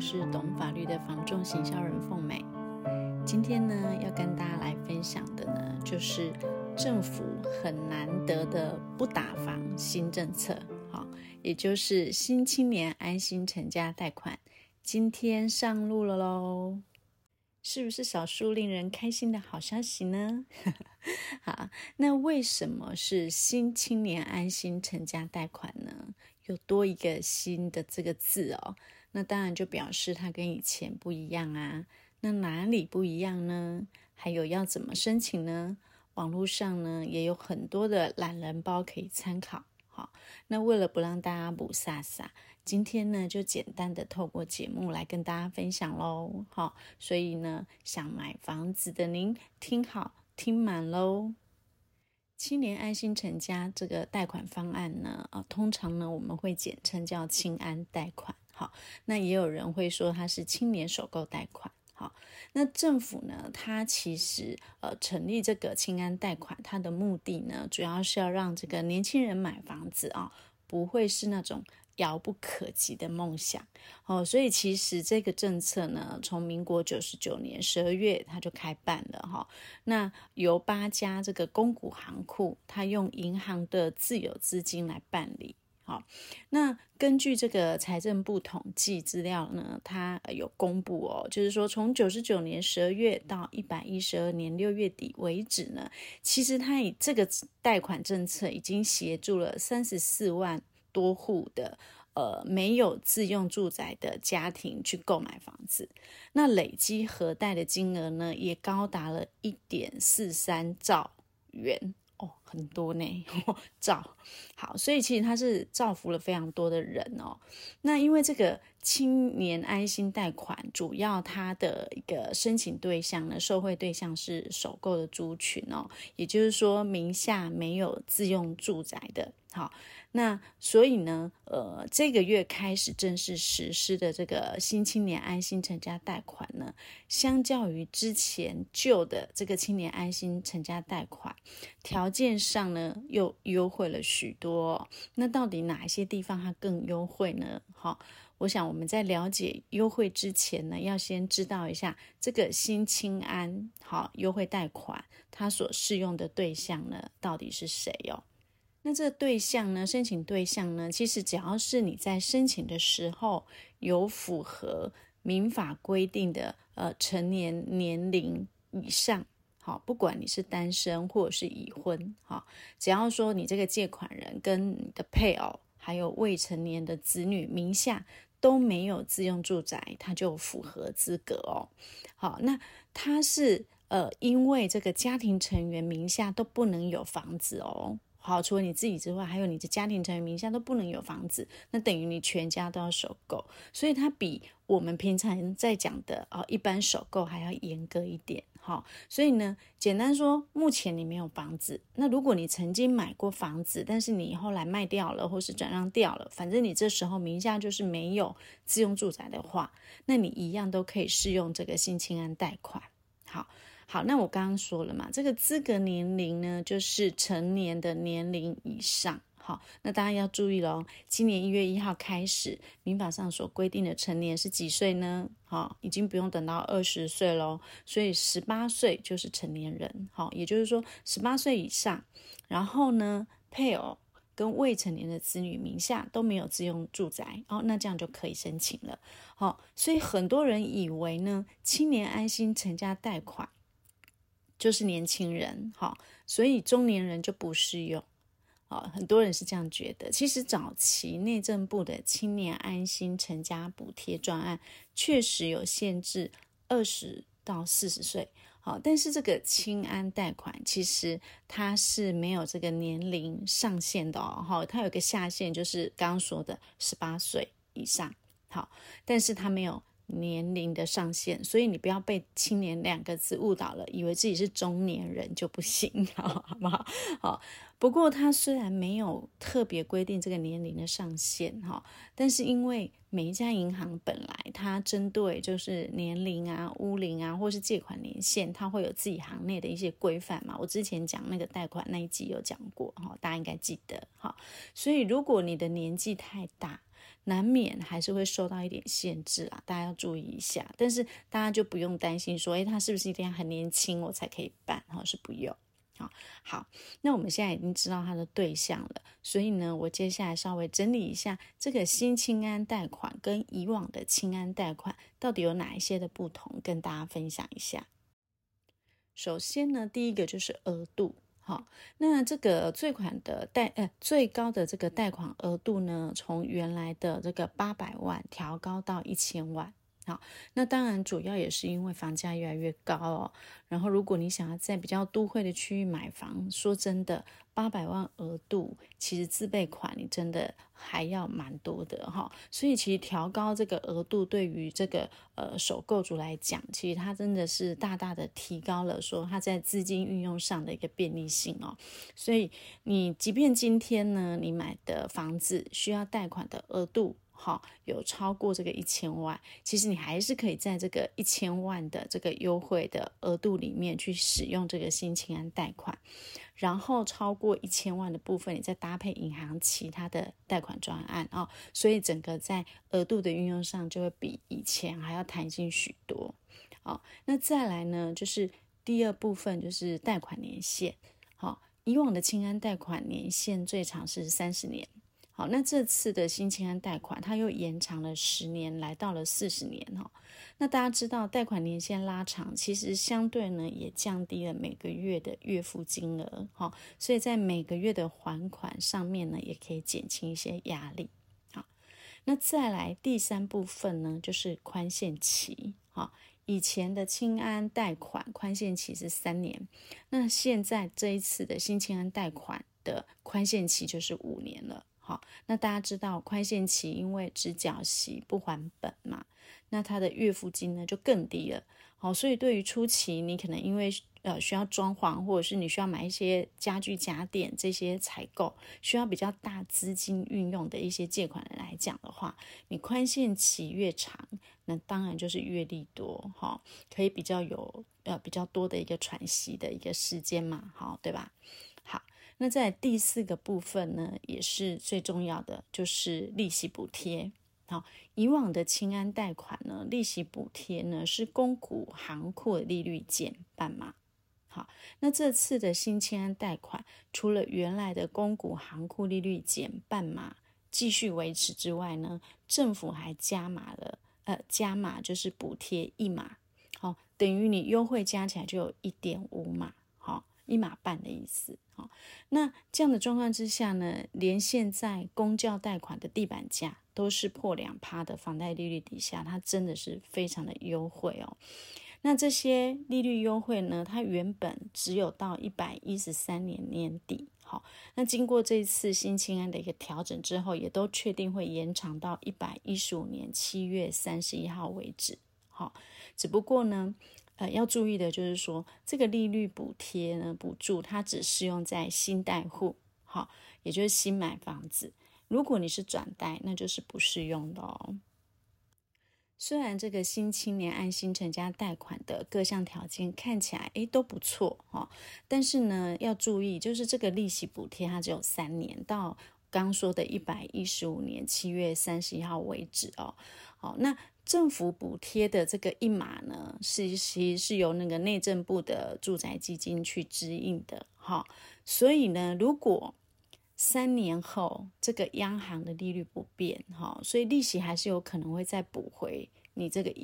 是懂法律的房仲行销人凤美。今天呢，要跟大家来分享的呢，就是政府很难得的不打房新政策，也就是新青年安心成家贷款，今天上路了咯。是不是少数令人开心的好消息呢？好，那为什么是新青年安心成家贷款呢？有多一个新的这个字哦，那当然就表示它跟以前不一样啊。那哪里不一样呢？还有要怎么申请呢？网络上呢也有很多的懒人包可以参考。好，那为了不让大家不傻傻，今天呢就简单的透过节目来跟大家分享咯。好，所以呢想买房子的您听好听满咯。青年安心成家这个贷款方案呢，通常呢我们会简称叫青安贷款。好，那也有人会说它是青年首购贷款。好，那政府呢，它其实成立这个青安贷款，它的目的呢，主要是要让这个年轻人买房子不会是那种遥不可及的梦想所以其实这个政策呢，从民国99年12月它就开办了那由8家这个公股行库，它用银行的自有资金来办理。好，那根据这个财政部统计资料呢，它有公布就是说从99年12月到112年6月底为止呢，其实它以这个贷款政策已经协助了34万多户的没有自用住宅的家庭去购买房子，那累积核贷的金额呢，也高达了 1.43兆元。很多呢兆。好，所以其实它是造福了非常多的人那因为这个青年安心贷款，主要它的一个申请对象呢，受惠对象是首购的族群也就是说名下没有自用住宅的。好，那所以呢这个月开始正式实施的这个新青年安心成家贷款呢，相较于之前旧的这个青年安心成家贷款，条件上呢又优惠了许多那到底哪一些地方它更优惠呢？我想我们在了解优惠之前呢，要先知道一下这个新青安优惠贷款它所适用的对象呢到底是谁那这个对象呢，申请对象呢，其实只要是你在申请的时候有符合民法规定的成年年龄以上，不管你是单身或者是已婚，只要说你这个借款人跟你的配偶还有未成年的子女名下都没有自用住宅，它就符合资格好，那它是因为这个家庭成员名下都不能有房子好，除了你自己之外，还有你的家庭成员名下都不能有房子，那等于你全家都要首购，所以它比我们平常在讲的一般首购还要严格一点。所以呢，简单说，目前你没有房子，那如果你曾经买过房子，但是你后来卖掉了或是转让掉了，反正你这时候名下就是没有自用住宅的话，那你一样都可以适用这个新青安贷款。好，那我刚刚说了嘛，这个资格年龄呢，就是成年的年龄以上。好，那大家要注意咯，今年1月1号开始，民法上所规定的成年是几岁呢？已经不用等到20岁咯，所以18岁就是成年人。也就是说18岁以上，然后呢，配偶跟未成年的子女名下都没有自用住宅那这样就可以申请了。所以很多人以为呢，青年安心成家贷款就是年轻人所以中年人就不适用很多人是这样觉得。其实早期内政部的青年安心成家补贴专案确实有限制20到40岁但是这个青安贷款其实它是没有这个年龄上限的它有个下限，就是刚刚说的18岁以上但是它没有年龄的上限，所以你不要被青年2个字误导了，以为自己是中年人就不行好不好？不过它虽然没有特别规定这个年龄的上限但是因为每一家银行本来它针对就是年龄屋龄或是借款年限，它会有自己行内的一些规范嘛，我之前讲那个贷款那一集有讲过大家应该记得所以如果你的年纪太大， 难免还是会受到一点限制啦，大家要注意一下。但是大家就不用担心说，他是不是一定要很年轻我才可以办？是不用。好，那我们现在已经知道他的对象了，所以呢，我接下来稍微整理一下这个新青安贷款跟以往的青安贷款到底有哪一些的不同，跟大家分享一下。首先呢，第一个就是额度。好，那这个最高的这个贷款额度呢，从原来的这个800万调高到1000万。好，那当然主要也是因为房价越来越高哦。然后如果你想要在比较都会的区域买房，说真的，800万额度，其实自备款你真的还要蛮多的哈。所以其实调高这个额度，对于这个首购族来讲，其实它真的是大大的提高了说它在资金运用上的一个便利性哦。所以你即便今天呢，你买的房子需要贷款的额度有超过这个1000万，其实你还是可以在这个1000万的这个优惠的额度里面去使用这个新青安贷款，然后超过1000万的部分，你再搭配银行其他的贷款专案所以整个在额度的运用上就会比以前还要弹性许多。那再来呢，就是第二部分就是贷款年限。以往的青安贷款年限最长是30年。好，那这次的新青安贷款它又延长了10年，来到了40年。那大家知道贷款年限拉长，其实相对呢也降低了每个月的月付金额，所以在每个月的还款上面呢也可以减轻一些压力。好，那再来第三部分呢，就是宽限期。以前的青安贷款宽限期是3年，那现在这一次的新青安贷款的宽限期就是5年了。那大家知道宽限期因为只缴息不还本嘛，那它的月付金呢就更低了。所以对于初期你可能因为需要装潢，或者是你需要买一些家具家电这些采购需要比较大资金运用的一些借款人来讲的话，你宽限期越长，那当然就是越利多，可以比较有比较多的一个喘息的一个时间嘛，对吧？好，那在第4个部分呢，也是最重要的，就是利息补贴。以往的青安贷款呢，利息补贴呢是公股行库的利率减半嘛。好，那这次的新青安贷款，除了原来的公股行库利率减半码继续维持之外呢，政府还加码就是补贴1码，等于你优惠加起来就有1.5码，1码半的意思。那这样的状况之下呢，连现在公教贷款的地板价都是破2%的房贷利率底下，它真的是非常的优惠哦。那这些利率优惠呢，它原本只有到113年年底，那经过这一次新青安的一个调整之后，也都确定会延长到115年7月31号为止。只不过呢要注意的就是说，这个利率补贴呢，补助它只适用在新贷户，也就是新买房子。如果你是转贷，那就是不适用的哦。虽然这个新青年安心成家贷款的各项条件看起来都不错，但是呢要注意，就是这个利息补贴它只有3年，到刚说的115年7月31号为止哦。那政府补贴的这个1码呢，其实是由那个内政部的住宅基金去支应的。所以呢，如果3年后这个央行的利率不变，所以利息还是有可能会再补回你这个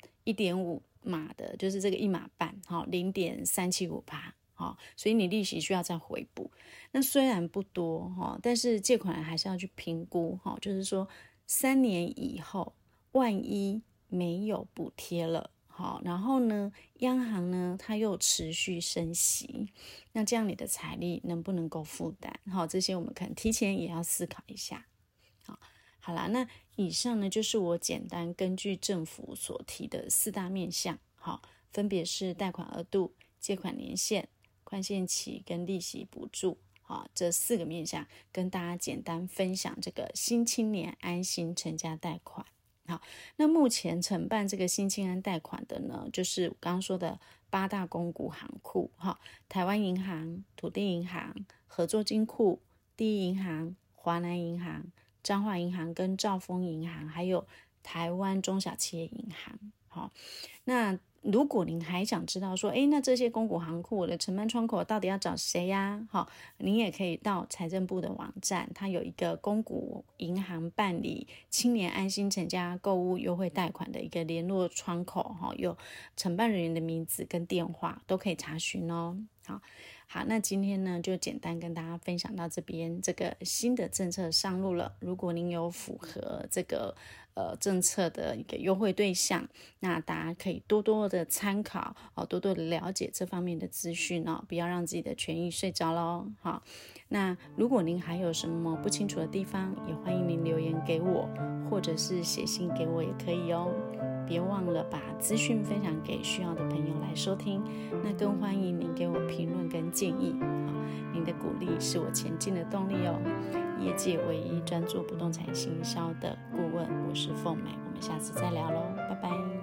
1.5码的，就是这个1码半，0.375%。所以你利息需要再回补。那虽然不多，但是借款人还是要去评估，就是说3年以后万一没有补贴了，然后呢央行呢它又持续升息，那这样你的财力能不能够负担？这些我们可能提前也要思考一下。好啦，那以上呢就是我简单根据政府所提的4大面向，分别是贷款额度、借款年限、宽限期跟利息补助，这4个面向跟大家简单分享这个新青年安心成家贷款。好，那目前承办这个新青安贷款的呢，就是我刚刚说的8大公股行库，台湾银行、土地银行、合作金库、第一银行、华南银行、 彰化银行跟兆丰银行，还有台湾中小企业银行。好，那如果您还想知道说，那这些公股行库的承办窗口到底要找谁呀？您也可以到财政部的网站，它有一个公股银行办理青年安心成家购物优惠贷款的一个联络窗口，有承办人员的名字跟电话都可以查询哦。好，那今天呢就简单跟大家分享到这边，这个新的政策上路了，如果您有符合这个政策的一个优惠对象，那大家可以多多的参考，多多的了解这方面的资讯哦，不要让自己的权益睡着咯。好，那如果您还有什么不清楚的地方，也欢迎您留言给我，或者是写信给我也可以哦。别忘了把资讯分享给需要的朋友来收听，那更欢迎您给我评论跟建议，您的鼓励是我前进的动力哦。业界唯一专注不动产行销的顾问，我是凤美，我们下次再聊咯，拜拜。